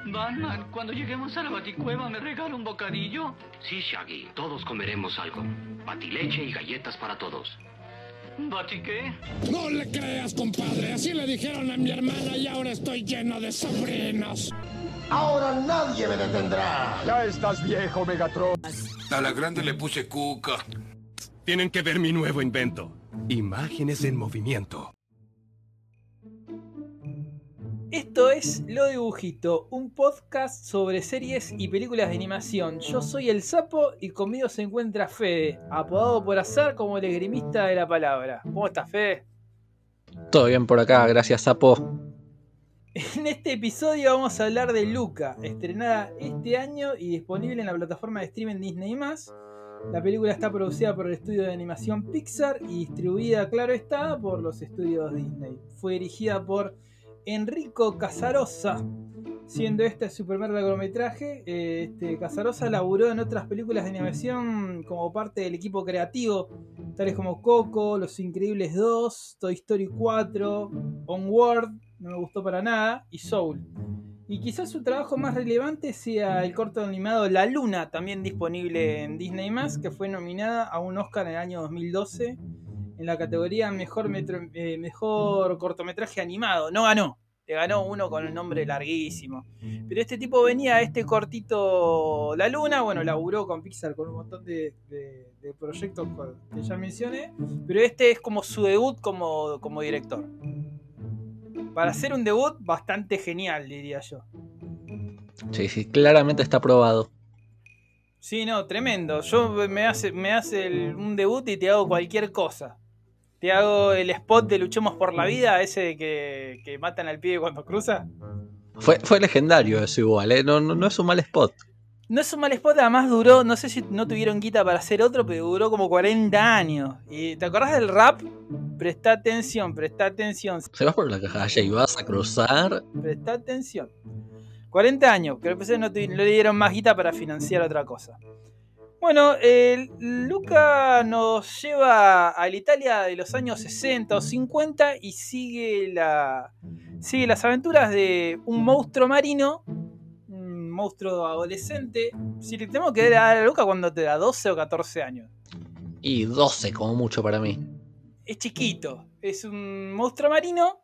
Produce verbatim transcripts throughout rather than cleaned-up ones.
Batman, cuando lleguemos a la Baticueva, ¿me regala un bocadillo? Sí, Shaggy, todos comeremos algo. Batileche y galletas para todos. ¿Bati qué? No le creas, compadre. Así le dijeron a mi hermana y ahora estoy lleno de sobrinos. Ahora nadie me detendrá. Ya estás viejo, Megatron. A la grande le puse cuca. Tienen que ver mi nuevo invento. Imágenes en movimiento. Esto es Lo Dibujito, un podcast sobre series y películas de animación. Yo soy el Sapo y conmigo se encuentra Fede, apodado por azar como el esgrimista de la palabra. ¿Cómo estás, Fede? Todo bien por acá, gracias, Sapo. En este episodio vamos a hablar de Luca, estrenada este año y disponible en la plataforma de streaming Disney más. La película está producida por el estudio de animación Pixar y distribuida, claro está, por los estudios Disney. Fue dirigida por Enrico Casarosa, siendo este su primer largometraje. Este, Casarosa laburó en otras películas de animación como parte del equipo creativo, tales como Coco, Los Increíbles dos, Toy Story cuatro, Onward, no me gustó para nada, y Soul. Y quizás su trabajo más relevante sea el corto animado La Luna, también disponible en Disney más, que fue nominada a un Oscar en el año dos mil doce en la categoría mejor, metro, eh, mejor cortometraje animado. No ganó, le ganó uno con el nombre larguísimo. Pero este tipo venía a este cortito La Luna, bueno, laburó con Pixar con un montón de, de, de proyectos que ya mencioné, pero este es como su debut como, como director. Para hacer un debut bastante genial, diría yo. Sí, sí, claramente está aprobado. Sí, no, tremendo. Yo me hace, me hace el, un debut y te hago cualquier cosa. Te hago el spot de Luchemos por la Vida, ese de que, que matan al pibe cuando cruza. Fue, fue legendario eso igual, ¿eh? No, no, no es un mal spot. No es un mal spot, además duró, no sé si no tuvieron guita para hacer otro, pero duró como cuarenta años. ¿Y te acordás del rap? Presta atención, presta atención. Se vas por la calle y vas a cruzar. Presta atención. cuarenta años, creo que no, no le dieron más guita para financiar otra cosa. Bueno, eh, Luca nos lleva a la Italia de los años sesenta o cincuenta y sigue, la, sigue las aventuras de un monstruo marino, un monstruo adolescente. Si le tenemos que dar a Luca cuando te da doce o catorce años. Y doce como mucho para mí. Es chiquito, es un monstruo marino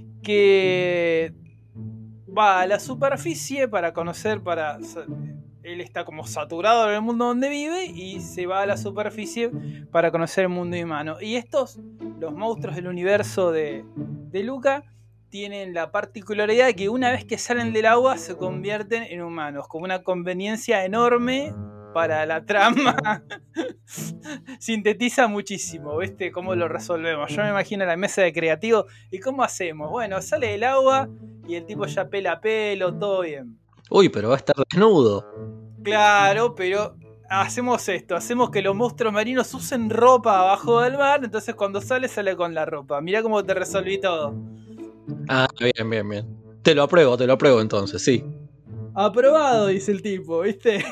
que va a la superficie para conocer, para... Él está como saturado en el mundo donde vive y se va a la superficie para conocer el mundo humano. Y estos, los monstruos del universo de, de Luca, tienen la particularidad de que una vez que salen del agua se convierten en humanos, como una conveniencia enorme para la trama. Sintetiza muchísimo, ¿viste? ¿Cómo lo resolvemos? Yo me imagino la mesa de creativo. ¿Y cómo hacemos? Bueno, sale del agua y el tipo ya pela pelo, todo bien. Uy, pero va a estar desnudo. Claro, pero hacemos esto, hacemos que los monstruos marinos usen ropa abajo del mar, entonces cuando sale, sale con la ropa. Mirá cómo te resolví todo. Ah, bien, bien, bien. Te lo apruebo, te lo apruebo entonces, sí. Aprobado, dice el tipo, ¿viste?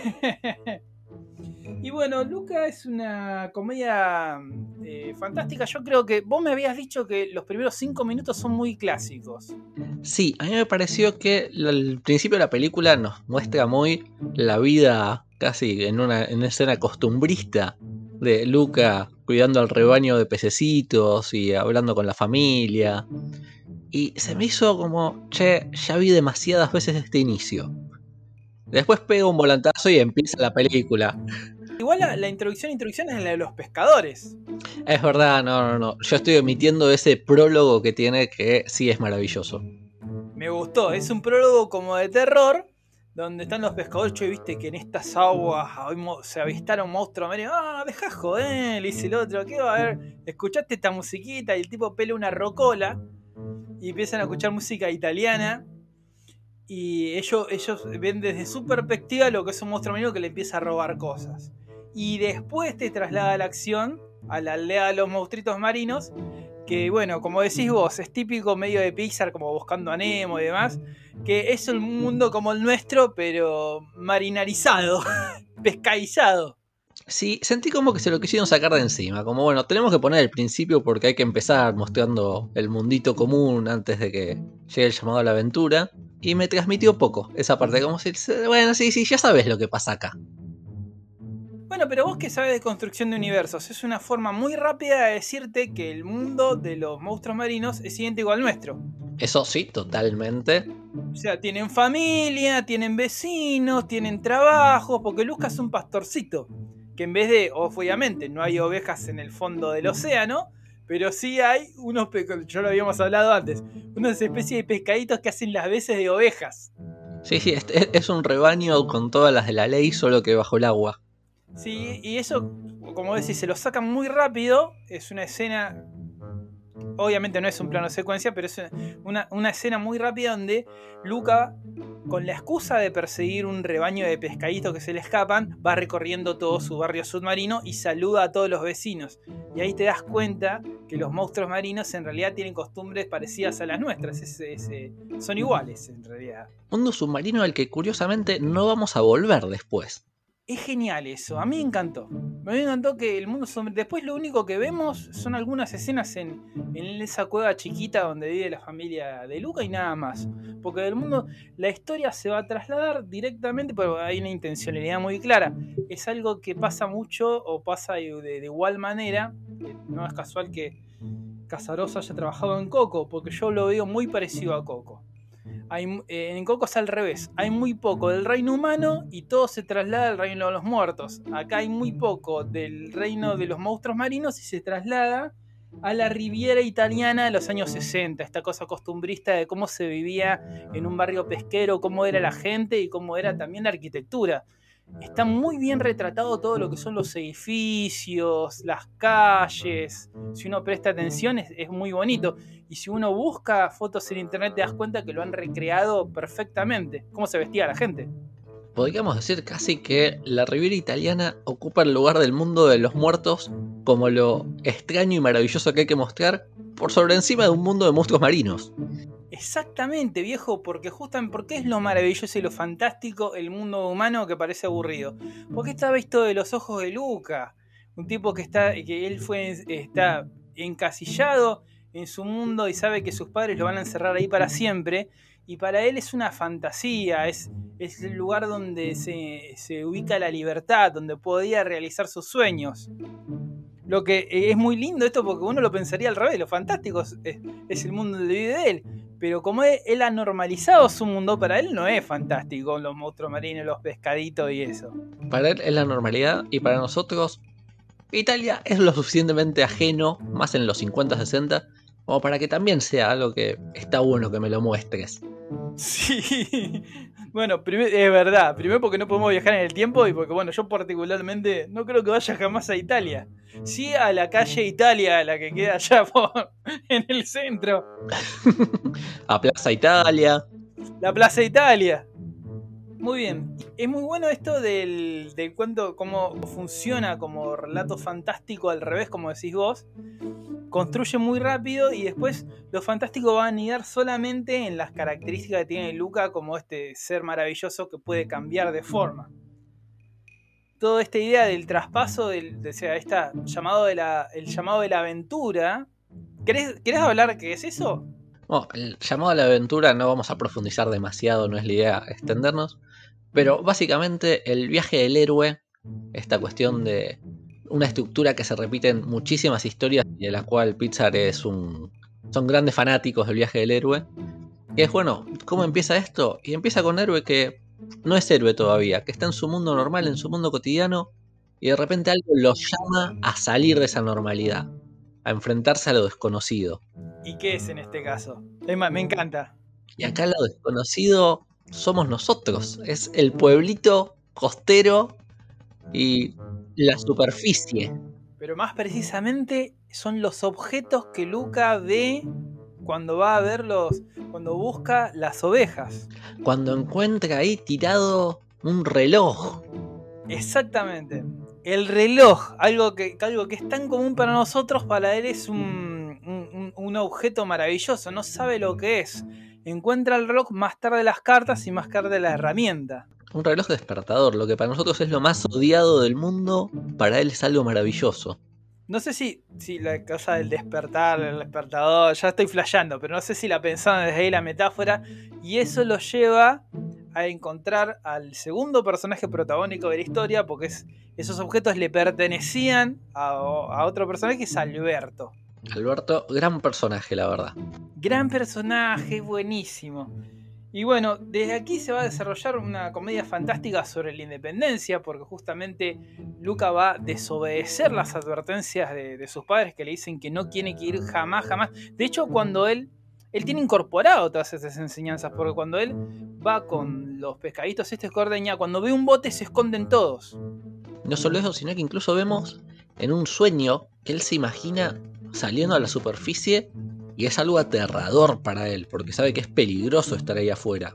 Y bueno, Luca es una comedia eh, fantástica. Yo creo que vos me habías dicho que los primeros cinco minutos son muy clásicos. Sí, a mí me pareció que al principio de la película nos muestra muy la vida casi en una, en una escena costumbrista de Luca cuidando al rebaño de pececitos y hablando con la familia. Y se me hizo como, che, ya vi demasiadas veces este inicio. Después pega un volantazo y empieza la película. Igual la, la introducción, introducción es la de los pescadores. Es verdad, no, no, no. Yo estoy omitiendo ese prólogo que tiene que sí es maravilloso. Me gustó, es un prólogo como de terror, donde están los pescadores. Yo viste que en estas aguas se avistaron monstruos marinos. Ah, dejá joder, le dice el otro. ¿Qué va a haber? Escuchaste esta musiquita y el tipo pela una rocola y empiezan a escuchar música italiana. Y ellos, ellos ven desde su perspectiva lo que es un monstruo marino que le empieza a robar cosas. Y después te traslada a la acción, a la aldea de los monstruitos marinos, que bueno, como decís vos, es típico medio de Pixar, como Buscando a Nemo y demás, que es un mundo como el nuestro, pero marinarizado, pescadizado. Sí, sentí como que se lo quisieron sacar de encima, como bueno, tenemos que poner el principio porque hay que empezar mostrando el mundito común antes de que llegue el llamado a la aventura. y me transmitió poco esa parte, como si, bueno, sí, sí, ya sabes lo que pasa acá. Bueno, pero vos que sabes de construcción de universos, es una forma muy rápida de decirte que el mundo de los monstruos marinos es idéntico al nuestro. Eso sí, totalmente. O sea, tienen familia, tienen vecinos, tienen trabajos, porque Luca es un pastorcito, que en vez de, obviamente, no hay ovejas en el fondo del océano, pero sí hay unos, ya lo habíamos hablado antes, unas especies de pescaditos que hacen las veces de ovejas. Sí, sí, es, es un rebaño con todas las de la ley, solo que bajo el agua. Sí, y eso, como decís, se lo sacan muy rápido. Es una escena, obviamente no es un plano secuencia, pero es una, una escena muy rápida donde Luca, con la excusa de perseguir un rebaño de pescaditos que se le escapan, va recorriendo todo su barrio submarino y saluda a todos los vecinos. Y ahí te das cuenta que los monstruos marinos en realidad tienen costumbres parecidas a las nuestras. Es, es, es, son iguales en realidad. Mundo submarino al que curiosamente no vamos a volver después. Es genial eso, a mí me encantó. A mí me encantó que el mundo submarino... Después lo único que vemos son algunas escenas en, en esa cueva chiquita donde vive la familia de Luca y nada más. Porque del mundo, la historia se va a trasladar directamente, pero hay una intencionalidad muy clara. Es algo que pasa mucho o pasa de, de, de igual manera. No es casual que Casarosa haya trabajado en Coco, porque yo lo veo muy parecido a Coco. Hay, eh, en Coco es al revés, hay muy poco del reino humano y todo se traslada al reino de los muertos. Acá hay muy poco del reino de los monstruos marinos y se traslada a la Riviera italiana de los años sesenta, esta cosa costumbrista de cómo se vivía en un barrio pesquero, cómo era la gente y cómo era también la arquitectura. Está muy bien retratado todo lo que son los edificios, las calles. Si uno presta atención es, es muy bonito. Y si uno busca fotos en internet te das cuenta que lo han recreado perfectamente. Cómo se vestía la gente. Podríamos decir casi que la Riviera italiana ocupa el lugar del mundo de los muertos como lo extraño y maravilloso que hay que mostrar por sobre encima de un mundo de monstruos marinos. Exactamente, viejo, porque justamente porque es lo maravilloso y lo fantástico el mundo humano que parece aburrido. Porque está visto de los ojos de Luca, un tipo que está, que él fue, está encasillado en su mundo y sabe que sus padres lo van a encerrar ahí para siempre. Y para él es una fantasía, es, es el lugar donde se, se ubica la libertad, donde podía realizar sus sueños. Lo que es muy lindo esto porque uno lo pensaría al revés, lo fantástico es, es el mundo donde vive él. Pero como él, él ha normalizado su mundo, para él no es fantástico, los monstruos marinos, los pescaditos y eso. Para él es la normalidad y para nosotros Italia es lo suficientemente ajeno, más en los cincuenta sesenta, como para que también sea algo que está bueno que me lo muestres. Sí, bueno, primer, es verdad, primero porque no podemos viajar en el tiempo y porque bueno, yo particularmente no creo que vaya jamás a Italia. Sí a la calle Italia, la que queda allá por, en el centro. A Plaza Italia. La Plaza Italia. Muy bien, es muy bueno esto del, del cuento, cómo funciona como relato fantástico al revés, como decís vos. Construye muy rápido y después lo fantástico va a anidar solamente en las características que tiene Luca como este ser maravilloso que puede cambiar de forma. Toda esta idea del traspaso, del, de, o sea, esta llamado de la, el llamado de la aventura. ¿Querés, ¿Querés hablar qué es eso? Bueno, el llamado a la aventura no vamos a profundizar demasiado, no es la idea extendernos. Pero básicamente el viaje del héroe, esta cuestión de una estructura que se repite en muchísimas historias y de la cual Pixar es un... son grandes fanáticos del viaje del héroe. Que es bueno, ¿cómo empieza esto? Y empieza con un héroe que no es héroe todavía, que está en su mundo normal, en su mundo cotidiano, y de repente algo lo llama a salir de esa normalidad, a enfrentarse a lo desconocido. ¿Y qué es en este caso? Es más, me encanta. Y acá lo desconocido somos nosotros, es el pueblito costero y la superficie. Pero más precisamente son los objetos que Luca ve cuando va a ver los, cuando busca las ovejas. Cuando encuentra ahí tirado un reloj. Exactamente. El reloj, algo que, algo que es tan común para nosotros, para él es un, un, un objeto maravilloso, no sabe lo que es. Encuentra el reloj, más tarde las cartas y más tarde la herramienta. Un reloj despertador, lo que para nosotros es lo más odiado del mundo, para él es algo maravilloso. No sé si, si la cosa del despertar, el despertador, ya estoy flasheando, pero no sé si la pensaron desde ahí la metáfora, y eso lo lleva a encontrar al segundo personaje protagónico de la historia, porque es, esos objetos le pertenecían a, a otro personaje, que es Alberto. Alberto, gran personaje, la verdad. Gran personaje, buenísimo. Y bueno, desde aquí se va a desarrollar una comedia fantástica sobre la independencia, porque justamente Luca va a desobedecer las advertencias de, de sus padres, que le dicen que no tiene que ir jamás, jamás. De hecho, cuando él, él tiene incorporado todas esas enseñanzas, porque cuando él va con los pescaditos estos que ordeña, cuando ve un bote se esconden todos. No solo eso, sino que incluso vemos en un sueño que él se imagina saliendo a la superficie. Y es algo aterrador para él, porque sabe que es peligroso estar ahí afuera.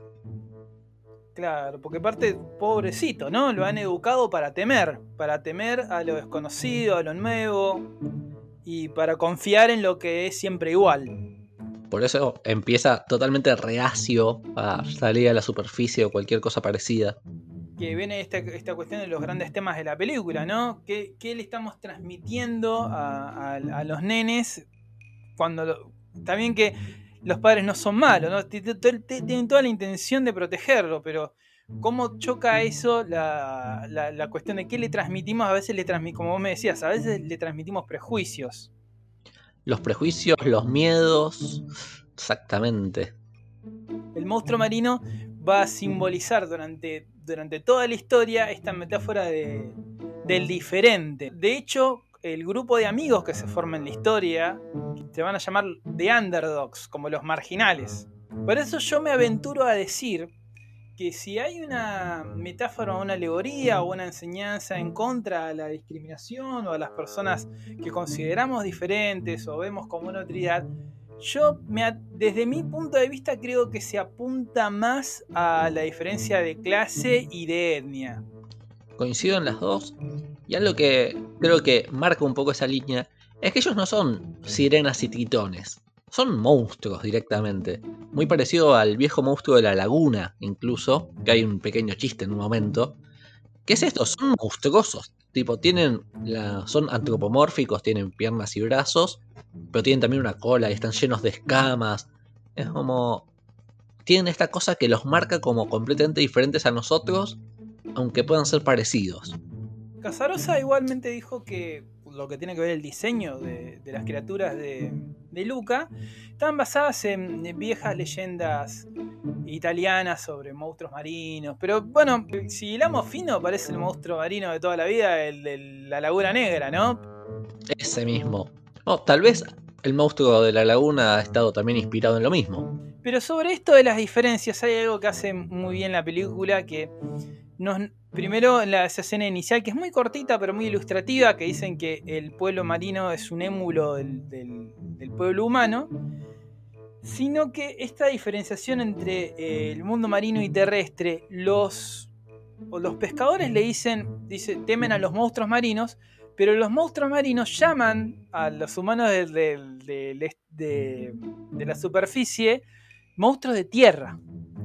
Claro, porque aparte, pobrecito, ¿no? Lo han educado para temer, para temer a lo desconocido, a lo nuevo, y para confiar en lo que es siempre igual. Por eso empieza totalmente reacio a salir a la superficie o cualquier cosa parecida. Que viene esta, esta cuestión de los grandes temas de la película, ¿no? ¿Qué, qué le estamos transmitiendo a, a, a los nenes cuando... Lo, también que los padres no son malos, ¿no? Tienen toda la intención de protegerlo, pero ¿cómo choca eso la, la, la cuestión de qué le transmitimos? A veces le transmitimos, como vos me decías, a veces le transmitimos prejuicios. Los prejuicios, los miedos, exactamente. El monstruo marino va a simbolizar durante, durante toda la historia esta metáfora de, del diferente. De hecho, el grupo de amigos que se forma en la historia se van a llamar The Underdogs, como los marginales. Por eso yo me aventuro a decir que si hay una metáfora, una alegoría o una enseñanza en contra de la discriminación o a las personas que consideramos diferentes o vemos como una otridad, yo me, desde mi punto de vista creo que se apunta más a la diferencia de clase y de etnia. Coincido en las dos. Y algo que creo que marca un poco esa línea es que ellos no son sirenas y tritones, son monstruos directamente. Muy parecido al viejo monstruo de la laguna, incluso, que hay un pequeño chiste en un momento. ¿Qué es esto? Son monstruosos. Tipo, tienen la, son antropomórficos, tienen piernas y brazos, pero tienen también una cola y están llenos de escamas. Es como... tienen esta cosa que los marca como completamente diferentes a nosotros, aunque puedan ser parecidos. Casarosa igualmente dijo que lo que tiene que ver el diseño de, de las criaturas de, de Luca están basadas en, en viejas leyendas italianas sobre monstruos marinos. Pero bueno, si hilamos fino, parece el monstruo marino de toda la vida, el de la Laguna Negra, ¿no? Ese mismo. Oh, tal vez el monstruo de la laguna ha estado también inspirado en lo mismo. Pero sobre esto de las diferencias hay algo que hace muy bien la película, que nos... Primero, en la, esa escena inicial, que es muy cortita pero muy ilustrativa, que dicen que el pueblo marino es un émulo del, del, del pueblo humano, sino que esta diferenciación entre eh, el mundo marino y terrestre, los, o los pescadores le dicen, dice, temen a los monstruos marinos, pero los monstruos marinos llaman a los humanos de, de, de, de, de la superficie monstruos de tierra.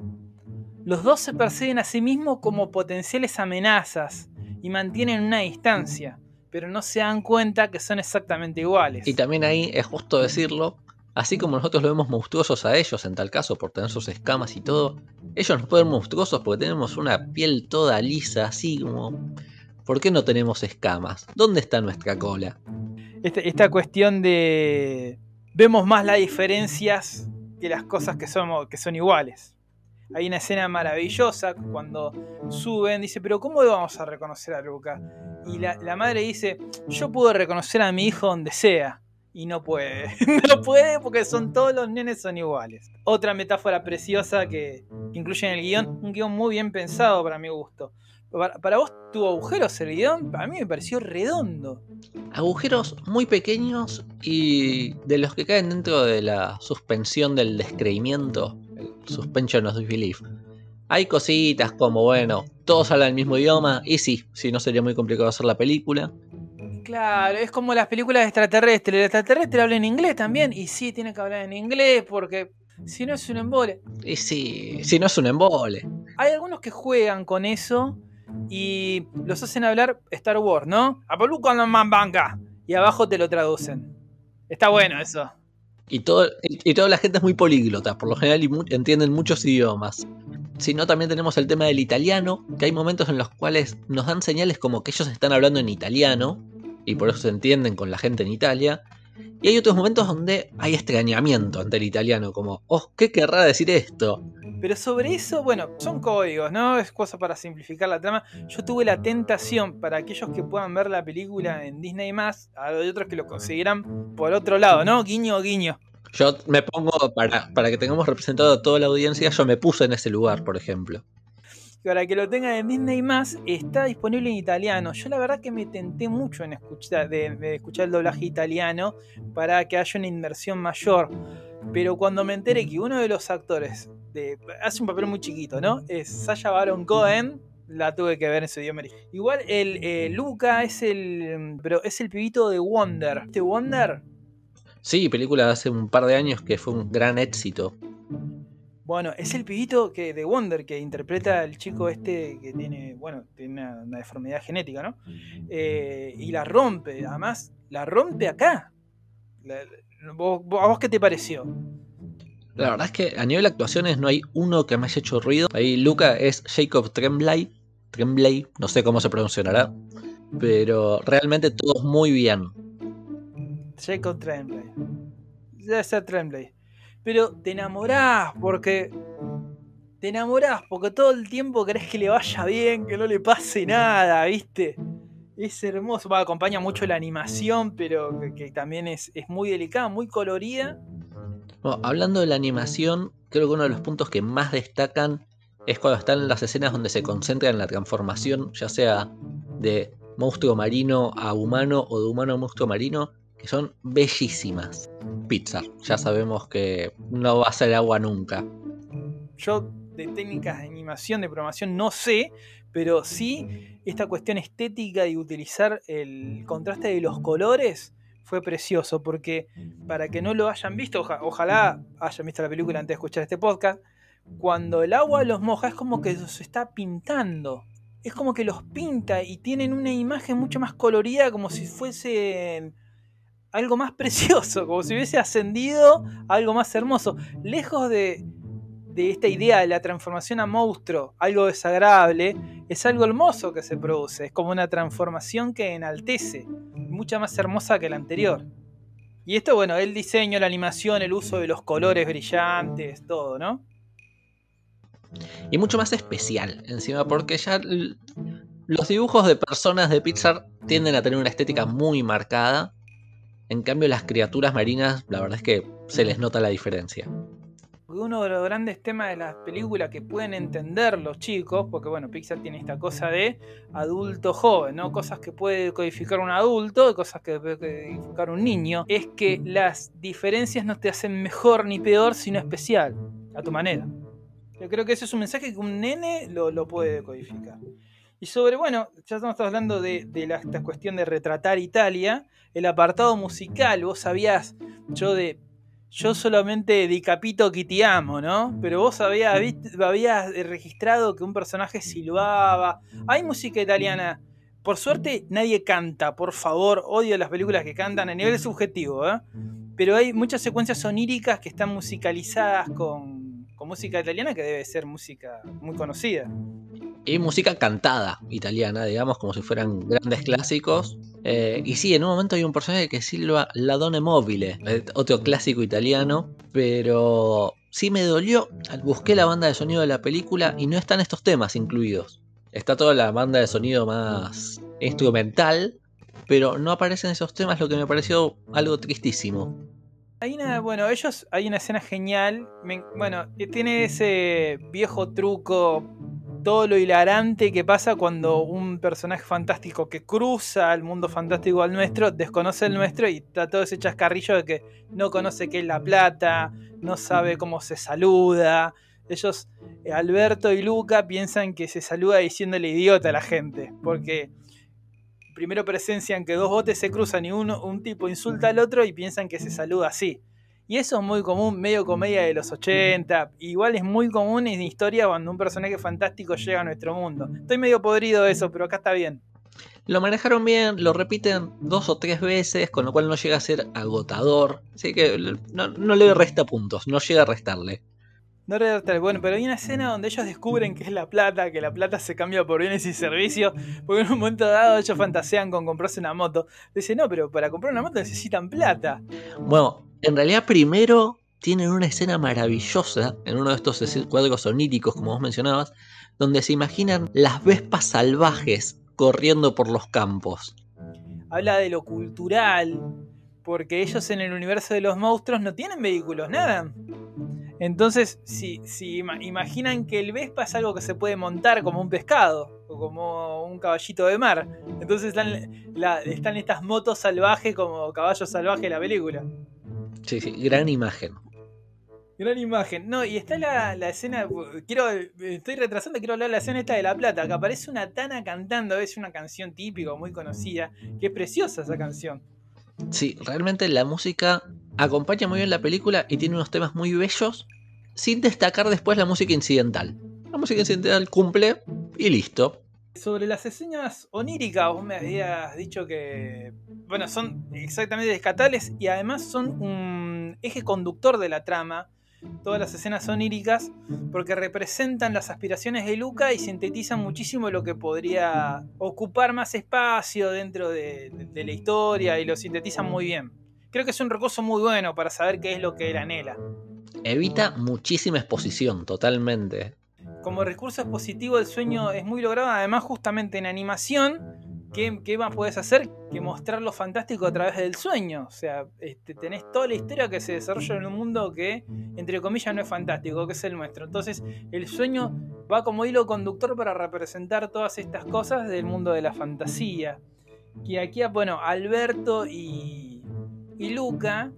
Los dos se perciben a sí mismos como potenciales amenazas y mantienen una distancia, pero no se dan cuenta que son exactamente iguales. Y también ahí es justo decirlo, así como nosotros lo vemos monstruosos a ellos en tal caso por tener sus escamas y todo, ellos nos pueden ver monstruosos porque tenemos una piel toda lisa, así como... ¿Por qué no tenemos escamas? ¿Dónde está nuestra cola? Este, esta cuestión de... vemos más las diferencias que las cosas que, somos, que son iguales. Hay una escena maravillosa cuando suben, dice, pero ¿cómo vamos a reconocer a Luca? Y la, la madre dice, yo puedo reconocer a mi hijo donde sea. Y no puede, no puede porque son todos los nenes son iguales. Otra metáfora preciosa que incluye en el guión, un guión muy bien pensado para mi gusto. Para, para vos, ¿tuvo agujeros el guión? A mí me pareció redondo. Agujeros muy pequeños y de los que caen dentro de la suspensión del descreimiento, el suspension of disbelief. Hay cositas como, bueno, todos hablan el mismo idioma y sí, si no sería muy complicado hacer la película. Claro, es como las películas extraterrestres. El extraterrestre habla en inglés también. Y sí, tiene que hablar en inglés porque si no es un embole. Y sí, si no es un embole. Hay algunos que juegan con eso y los hacen hablar Star Wars, ¿no? Y y abajo te lo traducen. Está bueno eso. Y, todo, y, y toda la gente es muy políglota, por lo general y mu- entienden muchos idiomas. Sino también tenemos el tema del italiano, que hay momentos en los cuales nos dan señales como que ellos están hablando en italiano, y por eso se entienden con la gente en Italia. Y hay otros momentos donde hay extrañamiento ante el italiano, como, oh, ¿qué querrá decir esto? Pero sobre eso, bueno, son códigos, ¿no? Es cosa para simplificar la trama. Yo tuve la tentación, para aquellos que puedan ver la película en Disney más, hay otros que lo conseguirán por otro lado, ¿no? Guiño, guiño. Yo me pongo, para, para que tengamos representado a toda la audiencia, yo me puse en ese lugar, por ejemplo. Para que lo tengan en Disney más, está disponible en italiano. Yo la verdad que me tenté mucho en escuchar, de, de escuchar el doblaje italiano para que haya una inmersión mayor. Pero cuando me enteré que uno de los actores de, hace un papel muy chiquito, ¿no? Es Sacha Baron Cohen, la tuve que ver en su idioma original. Igual el eh, Luca es el, pero es el pibito de Wonder. ¿Este Wonder? Sí, película de hace un par de años que fue un gran éxito. Bueno, es el pibito que, de Wonder que interpreta al chico este que tiene, bueno, tiene una, una deformidad genética, ¿no? Eh, y la rompe, además, la rompe acá. La, ¿vos, ¿A vos qué te pareció? La verdad es que a nivel de actuaciones no hay uno que me haya hecho ruido. Ahí Luca es Jacob Tremblay, Tremblay, no sé cómo se pronunciará, pero realmente todos muy bien. Jacob Tremblay. Debe ser Tremblay. Pero te enamorás porque... Te enamorás porque todo el tiempo querés que le vaya bien, que no le pase nada, ¿viste? Es hermoso. Va, acompaña mucho la animación, pero que, que también es, es muy delicada, muy colorida. Bueno, hablando de la animación, creo que uno de los puntos que más destacan es cuando están las escenas donde se concentra en la transformación, ya sea de monstruo marino a humano o de humano a monstruo marino, que son bellísimas. Pixar, ya sabemos que no va a ser agua nunca. Yo de técnicas de animación, de programación, no sé, pero sí esta cuestión estética de utilizar el contraste de los colores fue precioso, porque para que no lo hayan visto, oja, ojalá hayan visto la película antes de escuchar este podcast, cuando el agua los moja es como que se está pintando, es como que los pinta y tienen una imagen mucho más colorida, como si fuesen algo más precioso, como si hubiese ascendido a algo más hermoso, lejos de, de esta idea de la transformación a monstruo, algo desagradable, es algo hermoso que se produce, es como una transformación que enaltece, mucha más hermosa que la anterior. Y esto, bueno, el diseño, la animación, el uso de los colores brillantes, todo, ¿no? Y mucho más especial, encima, porque ya l- los dibujos de personas de Pixar tienden a tener una estética muy marcada. En cambio, las criaturas marinas, la verdad es que se les nota la diferencia. Uno de los grandes temas de las películas que pueden entender los chicos, porque bueno, Pixar tiene esta cosa de adulto joven, ¿no? Cosas que puede codificar un adulto y cosas que puede codificar un niño, es que las diferencias no te hacen mejor ni peor, sino especial, a tu manera. Yo creo que ese es un mensaje que un nene lo, lo puede codificar. Y sobre, bueno, ya estamos hablando de, de la, esta cuestión de retratar Italia, el apartado musical, vos sabías, yo de yo solamente Di Capito que te amo, ¿no? Pero vos habías, visto, habías registrado que un personaje silbaba. Hay música italiana. Por suerte nadie canta, por favor, odio las películas que cantan a nivel subjetivo, ¿eh? Pero hay muchas secuencias oníricas que están musicalizadas con, con música italiana, que debe ser música muy conocida. Y música cantada italiana, digamos, como si fueran grandes clásicos. Eh, y sí, en un momento hay un personaje que silba La Donna Mobile, otro clásico italiano, pero sí me dolió. Busqué la banda de sonido de la película y no están estos temas incluidos. Está toda la banda de sonido más instrumental, pero no aparecen esos temas, lo que me pareció algo tristísimo. Hay una, bueno, ellos, hay una escena genial, me, bueno, tiene ese viejo truco, todo lo hilarante que pasa cuando un personaje fantástico que cruza el mundo fantástico al nuestro, desconoce el nuestro y está todo ese chascarrillo de que no conoce qué es la plata, no sabe cómo se saluda. Ellos, Alberto y Luca, piensan que se saluda diciéndole idiota a la gente, porque primero presencian que dos botes se cruzan y uno, un tipo insulta al otro y piensan que se saluda así. Y eso es muy común, medio comedia de los ochenta. Igual es muy común en historia cuando un personaje fantástico llega a nuestro mundo. Estoy medio podrido de eso, pero acá está bien. Lo manejaron bien, lo repiten dos o tres veces, con lo cual no llega a ser agotador. Así que no, no le resta puntos, no llega a restarle. No redactar. Bueno, pero hay una escena donde ellos descubren que es la plata, que la plata se cambia por bienes y servicios, porque en un momento dado ellos fantasean con comprarse una moto. Dicen, no, pero para comprar una moto necesitan plata. Bueno, en realidad primero tienen una escena maravillosa en uno de estos cuadros oníricos, como vos mencionabas, donde se imaginan las vespas salvajes corriendo por los campos. Habla de lo cultural, porque ellos en el universo de los monstruos no tienen vehículos, nada. Entonces, si, si imaginan que el Vespa es algo que se puede montar como un pescado o como un caballito de mar. Entonces están, la, están estas motos salvajes como caballos salvajes de la película. Sí, sí, gran imagen. Gran imagen. No, y está la, la escena. Quiero, estoy retrasando, quiero hablar de la escena esta de La Plata, que aparece una tana cantando. Es una canción típica, muy conocida, que es preciosa esa canción. Sí, realmente la música acompaña muy bien la película y tiene unos temas muy bellos, sin destacar después la música incidental. La música incidental cumple y listo. Sobre las escenas oníricas, vos me habías dicho que, bueno, son exactamente descatables y además son un eje conductor de la trama. Todas las escenas oníricas, porque representan las aspiraciones de Luca y sintetizan muchísimo lo que podría ocupar más espacio dentro de, de, de la historia, y lo sintetizan muy bien. Creo que es un recurso muy bueno para saber qué es lo que él anhela. Evita muchísima exposición, totalmente. Como recurso expositivo el sueño es muy logrado, además justamente en animación. ¿Qué, ¿Qué más puedes hacer que mostrar lo fantástico a través del sueño? O sea, este, tenés toda la historia que se desarrolla en un mundo que, entre comillas, no es fantástico, que es el nuestro. Entonces, el sueño va como hilo conductor para representar todas estas cosas del mundo de la fantasía. Y aquí, bueno, Alberto y, y Luca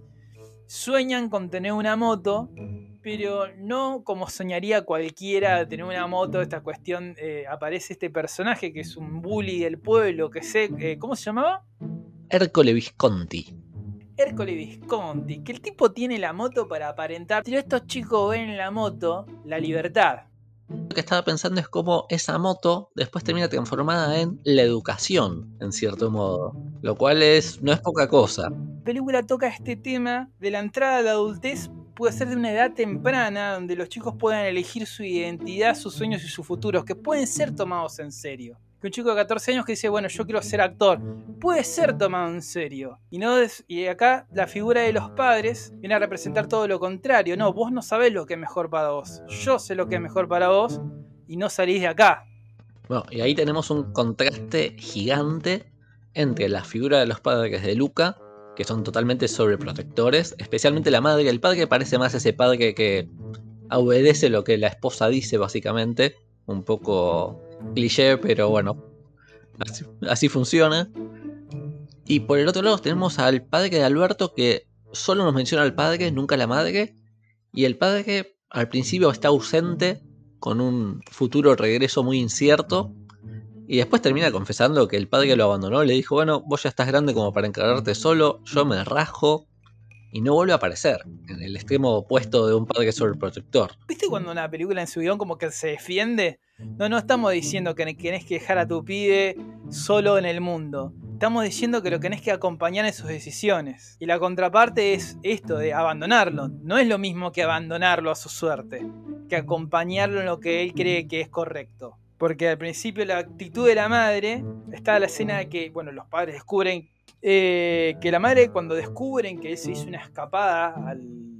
sueñan con tener una moto, pero no como soñaría cualquiera tener una moto. Esta cuestión, eh, aparece este personaje que es un bully del pueblo, que sé, eh, ¿cómo se llamaba? Ercole Visconti. Ercole Visconti, que el tipo tiene la moto para aparentar, pero estos chicos ven en la moto la libertad. Lo que estaba pensando es cómo esa moto después termina transformada en la educación, en cierto modo, lo cual es, no es poca cosa. La película toca este tema de la entrada a la adultez. Puede ser de una edad temprana, donde los chicos puedan elegir su identidad, sus sueños y sus futuros, que pueden ser tomados en serio. Que un chico de catorce años que dice, bueno, yo quiero ser actor, puede ser tomado en serio. Y, no des- y acá la figura de los padres viene a representar todo lo contrario. No, vos no sabés lo que es mejor para vos. Yo sé lo que es mejor para vos y no salís de acá. Bueno, y ahí tenemos un contraste gigante entre la figura de los padres de Luca, que son totalmente sobreprotectores, especialmente la madre. El padre parece más ese padre que obedece lo que la esposa dice, básicamente. Un poco cliché, pero bueno, así, así funciona. Y por el otro lado tenemos al padre de Alberto, que solo nos menciona al padre, nunca a la madre. Y el padre al principio está ausente, con un futuro regreso muy incierto. Y después termina confesando que el padre lo abandonó. Le dijo, bueno, vos ya estás grande como para encargarte solo, yo me rajo. Y no vuelve a aparecer, en el extremo opuesto de un padre sobreprotector. ¿Viste cuando una película en su guión como que se defiende? No, no estamos diciendo que tenés que dejar a tu pibe solo en el mundo. Estamos diciendo que lo tenés que acompañar en sus decisiones. Y la contraparte es esto de abandonarlo. No es lo mismo que abandonarlo a su suerte, que acompañarlo en lo que él cree que es correcto. Porque al principio la actitud de la madre, está la escena de que, bueno, los padres descubren eh, que la madre, cuando descubren que él se hizo una escapada al...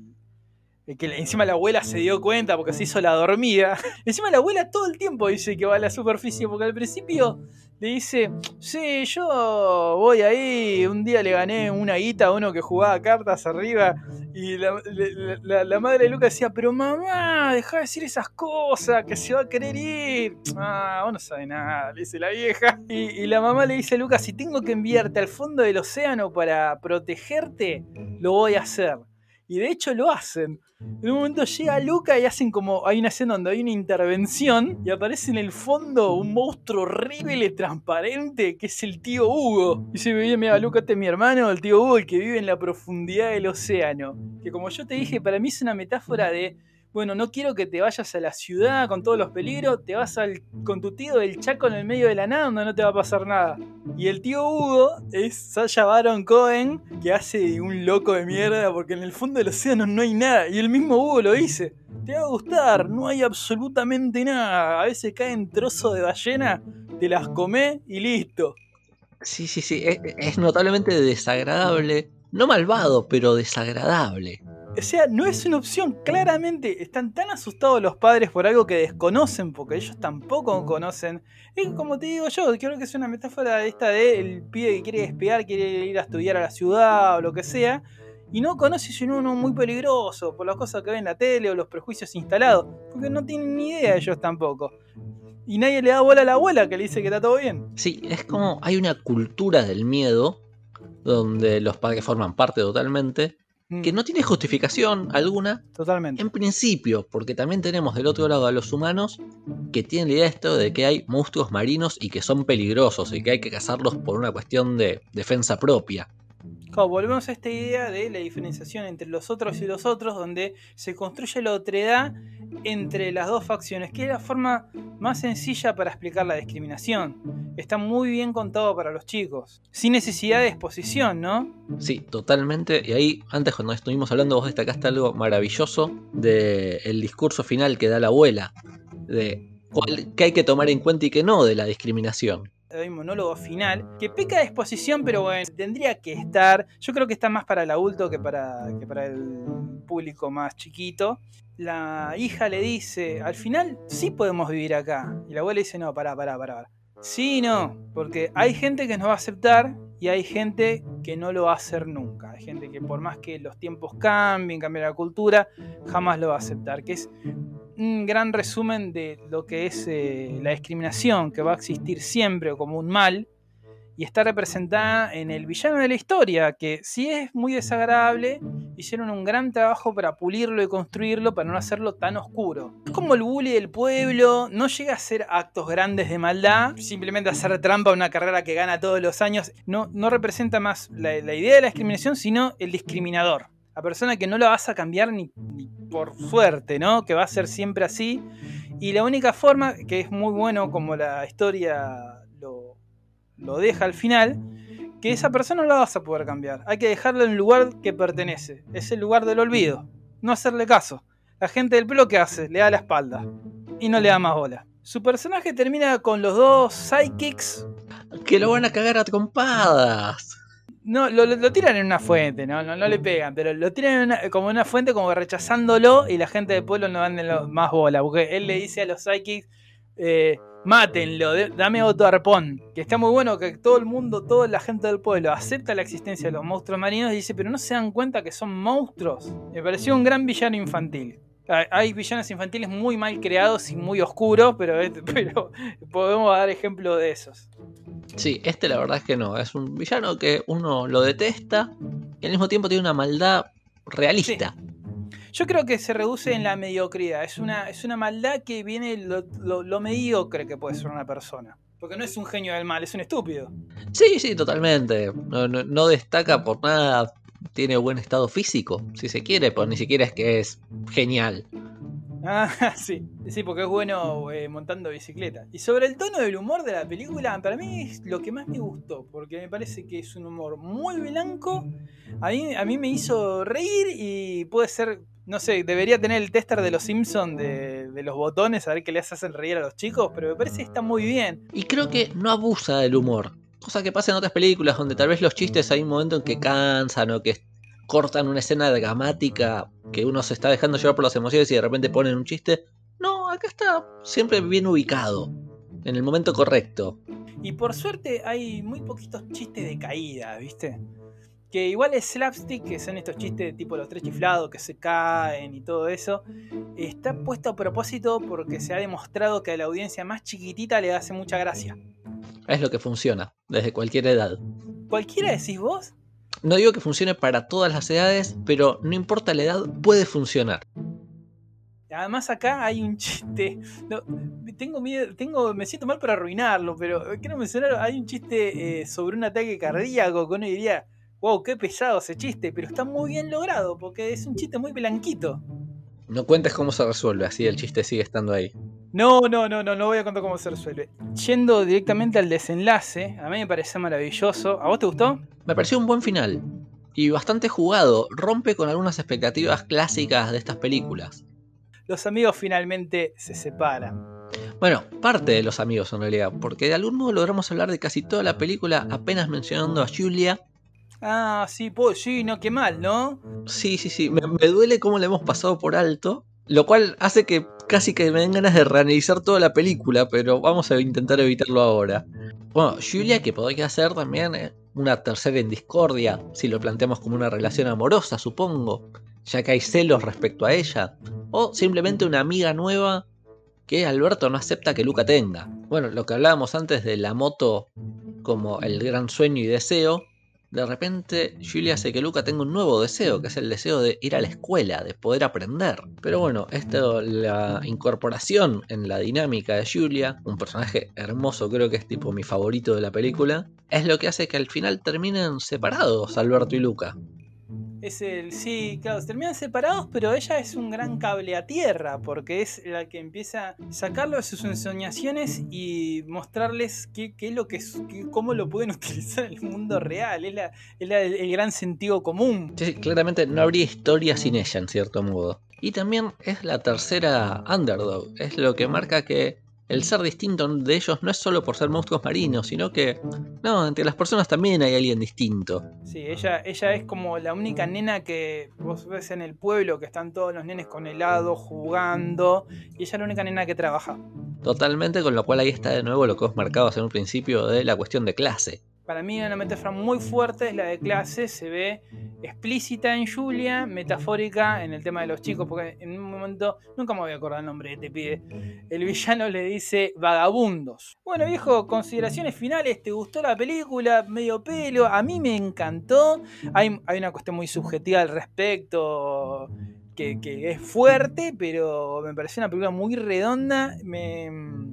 que encima la abuela se dio cuenta porque se hizo la dormida. Encima la abuela todo el tiempo dice que va a la superficie, porque al principio le dice, sí, yo voy ahí, un día le gané una guita a uno que jugaba cartas arriba, y la, la, la, la madre de Lucas decía, pero mamá, dejá de decir esas cosas, que se va a querer ir. Ah, vos no sabés nada, le dice la vieja. Y, y la mamá le dice a Lucas, si tengo que enviarte al fondo del océano para protegerte, lo voy a hacer. Y de hecho lo hacen. En un momento llega Luca y hacen como... Hay una escena donde hay una intervención y aparece en el fondo un monstruo horrible, transparente, que es el tío Hugo. Y dice, mira, Luca, este es mi hermano, el tío Hugo, el que vive en la profundidad del océano. Que como yo te dije, para mí es una metáfora de bueno, no quiero que te vayas a la ciudad con todos los peligros, te vas al, con tu tío del Chaco en el medio de la nada donde no te va a pasar nada. Y el tío Hugo es Sacha Baron Cohen, que hace un loco de mierda porque en el fondo del océano no hay nada. Y el mismo Hugo lo dice, te va a gustar, no hay absolutamente nada. A veces caen trozos de ballena, te las comés y listo. Sí, sí, sí, es, es notablemente desagradable. No malvado, pero desagradable. O sea, no es una opción, claramente están tan asustados los padres por algo que desconocen, porque ellos tampoco conocen. Es como te digo yo, creo que es una metáfora de esta de el pibe que quiere despegar, quiere ir a estudiar a la ciudad o lo que sea, y no conoce sino uno muy peligroso por las cosas que ven en la tele o los prejuicios instalados, porque no tienen ni idea ellos tampoco. Y nadie le da bola a la abuela que le dice que está todo bien. Sí, es como hay una cultura del miedo, donde los padres forman parte totalmente, que no tiene justificación alguna. Totalmente. En principio, porque también tenemos del otro lado a los humanos que tienen la idea de esto de que hay monstruos marinos y que son peligrosos y que hay que cazarlos por una cuestión de defensa propia. Claro, volvemos a esta idea de la diferenciación entre los otros y los otros, donde se construye la otredad entre las dos facciones, que es la forma más sencilla para explicar la discriminación. Está muy bien contado para los chicos, sin necesidad de exposición, ¿no? Sí, totalmente. Y ahí, antes cuando estuvimos hablando, vos destacaste algo maravilloso del discurso final que da la abuela, de cuál, qué hay que tomar en cuenta y qué no de la discriminación. Hay un monólogo final que peca de exposición, pero bueno, tendría que estar. Yo creo que está más para el adulto que para, que para el público más chiquito. La hija le dice, al final sí podemos vivir acá. Y la abuela dice, no, pará, pará, pará, pará. Sí, no, porque hay gente que nos va a aceptar y hay gente que no lo va a hacer nunca. Hay gente que por más que los tiempos cambien, cambie la cultura, jamás lo va a aceptar. Que es un gran resumen de lo que es eh, la discriminación, que va a existir siempre como un mal, y está representada en el villano de la historia, que sí es muy desagradable, hicieron un gran trabajo para pulirlo y construirlo para no hacerlo tan oscuro. Es como el bully del pueblo, no llega a hacer actos grandes de maldad, simplemente hacer trampa a una carrera que gana todos los años, no, no representa más la, la idea de la discriminación, sino el discriminador. La persona que no la vas a cambiar ni, ni por suerte, ¿no? Que va a ser siempre así. Y la única forma, que es muy bueno como la historia lo, lo deja al final, que esa persona no la vas a poder cambiar. Hay que dejarla en el lugar que pertenece. Es el lugar del olvido. No hacerle caso. La gente del pelo, ¿qué hace? Le da la espalda. Y no le da más bola. Su personaje termina con los dos sidekicks. Que lo van a cagar a trompadas. No, lo, lo tiran en una fuente, ¿no? No, no le pegan, pero lo tiran en una, como en una fuente, como rechazándolo, y la gente del pueblo no dan más bola, porque él le dice a los sidekicks, eh, mátenlo, de, dame otro arpón, que está muy bueno que todo el mundo, toda la gente del pueblo acepta la existencia de los monstruos marinos y dice, pero no se dan cuenta que son monstruos. Me pareció un gran villano infantil. Hay villanos infantiles muy mal creados y muy oscuros, pero, pero podemos dar ejemplo de esos. Sí, este la verdad es que no. Es un villano que uno lo detesta y al mismo tiempo tiene una maldad realista. Sí. Yo creo que se reduce en la mediocridad. Es una, es una maldad que viene lo, lo, lo mediocre que puede ser una persona. Porque no es un genio del mal, es un estúpido. Sí, sí, totalmente. No, no, no destaca por nada. Tiene buen estado físico, si se quiere, pero ni siquiera es que es genial. Ah, sí, sí, porque es bueno eh, montando bicicleta. Y sobre el tono del humor de la película, para mí es lo que más me gustó, porque me parece que es un humor muy blanco. A mí, a mí me hizo reír y puede ser, no sé, debería tener el tester de los Simpsons de, de los botones, a ver qué les hacen reír a los chicos, pero me parece que está muy bien. Y creo que no abusa del humor. Cosa que pasa en otras películas donde tal vez los chistes hay un momento en que cansan o que cortan una escena dramática que uno se está dejando llevar por las emociones y de repente ponen un chiste. No, acá está siempre bien ubicado, en el momento correcto. Y por suerte hay muy poquitos chistes de caída, ¿viste? Que igual es slapstick, que son estos chistes tipo los tres chiflados que se caen y todo eso, está puesto a propósito porque se ha demostrado que a la audiencia más chiquitita le hace mucha gracia. Es lo que funciona, desde cualquier edad. ¿Cualquiera decís vos? No digo que funcione para todas las edades, pero no importa la edad, puede funcionar. Además acá hay un chiste. No, tengo miedo, tengo, me siento mal por arruinarlo, pero quiero mencionar, hay un chiste eh, sobre un ataque cardíaco que uno diría, wow, qué pesado ese chiste, pero está muy bien logrado, porque es un chiste muy blanquito. No cuentes cómo se resuelve, así el chiste sigue estando ahí. No, no, no, no, no voy a contar cómo se resuelve. Yendo directamente al desenlace, a mí me pareció maravilloso. ¿A vos te gustó? Me pareció un buen final. Y bastante jugado. Rompe con algunas expectativas clásicas de estas películas. Los amigos finalmente se separan. Bueno, parte de los amigos en realidad, porque de algún modo logramos hablar de casi toda la película apenas mencionando a Julia. Ah, sí, pues sí, no, qué mal, ¿no? Sí, sí, sí, me, me duele cómo le hemos pasado por alto, lo cual hace que casi que me den ganas de reanalizar toda la película, pero vamos a intentar evitarlo ahora. Bueno, Julia, que podría ser también una tercera en discordia, si lo planteamos como una relación amorosa, supongo, ya que hay celos respecto a ella, o simplemente una amiga nueva que Alberto no acepta que Luca tenga. Bueno, lo que hablábamos antes de la moto como el gran sueño y deseo, de repente Julia hace que Luca tenga un nuevo deseo, que es el deseo de ir a la escuela, de poder aprender. Pero bueno, esto, la incorporación en la dinámica de Julia, un personaje hermoso, creo que es tipo mi favorito de la película, es lo que hace que al final terminen separados Alberto y Luca. Es el, sí, claro, se terminan separados, pero ella es un gran cable a tierra, porque es la que empieza a sacarlo de sus ensoñaciones y mostrarles qué, qué es lo que es, qué, cómo lo pueden utilizar en el mundo real. Es, la, es la, el gran sentido común. Sí, claramente no habría historia sin ella, en cierto modo. Y también es la tercera underdog, es lo que marca que el ser distinto de ellos no es solo por ser monstruos marinos, sino que, no, entre las personas también hay alguien distinto. Sí, ella, ella es como la única nena que vos ves en el pueblo, que están todos los nenes con helado, jugando, y ella es la única nena que trabaja. Totalmente, con lo cual ahí está de nuevo lo que os marcabas en un principio de la cuestión de clase. Para mí una metáfora muy fuerte es la de clase, se ve explícita en Julia, metafórica en el tema de los chicos, porque en un momento, nunca me voy a acordar el nombre de este pibe, el villano le dice vagabundos. Bueno viejo, consideraciones finales, ¿te gustó la película? Medio pelo, a mí me encantó, hay, hay una cuestión muy subjetiva al respecto, que, que es fuerte, pero me pareció una película muy redonda, me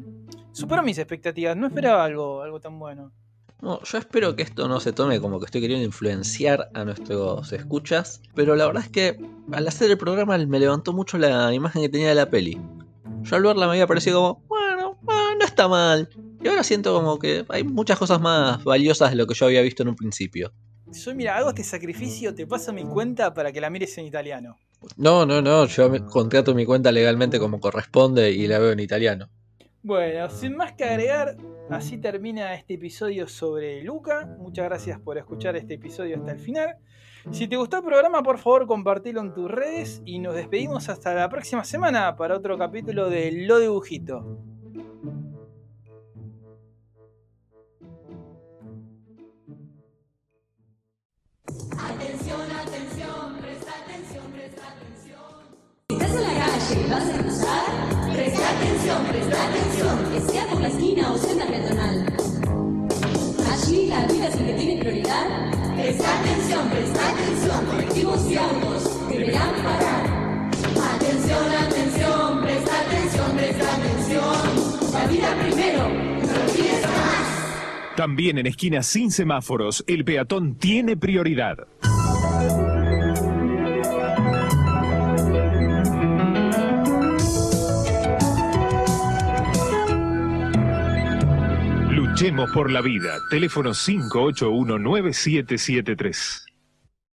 superó mis expectativas, no esperaba algo, algo tan bueno. No, yo espero que esto no se tome como que estoy queriendo influenciar a nuestros escuchas, pero la verdad es que al hacer el programa me levantó mucho la imagen que tenía de la peli. Yo al verla me había parecido como, bueno, bueno, no está mal. Y ahora siento como que hay muchas cosas más valiosas de lo que yo había visto en un principio. Yo mira, hago este sacrificio, te paso mi cuenta para que la mires en italiano. No, no, no, yo me contrato mi cuenta legalmente como corresponde y la veo en italiano. Bueno, sin más que agregar, así termina este episodio sobre Luca. Muchas gracias por escuchar este episodio hasta el final. Si te gustó el programa, por favor compartilo en tus redes y nos despedimos hasta la próxima semana para otro capítulo de Lo Dibujito. Atención, atención, presta atención, presta atención. ¿Estás en la calle y vas a cruzar? Presta atención, presta atención, que sea por la esquina o senda peatonal. Allí la vida sí que tiene prioridad. Presta atención, presta atención, colectivos y autos deberán parar. Atención, atención, presta atención, presta atención. La vida primero, no lo olvides jamás. También en esquinas sin semáforos, el peatón tiene prioridad. Luchemos por la vida. Teléfono cinco ocho uno nueve siete siete tres.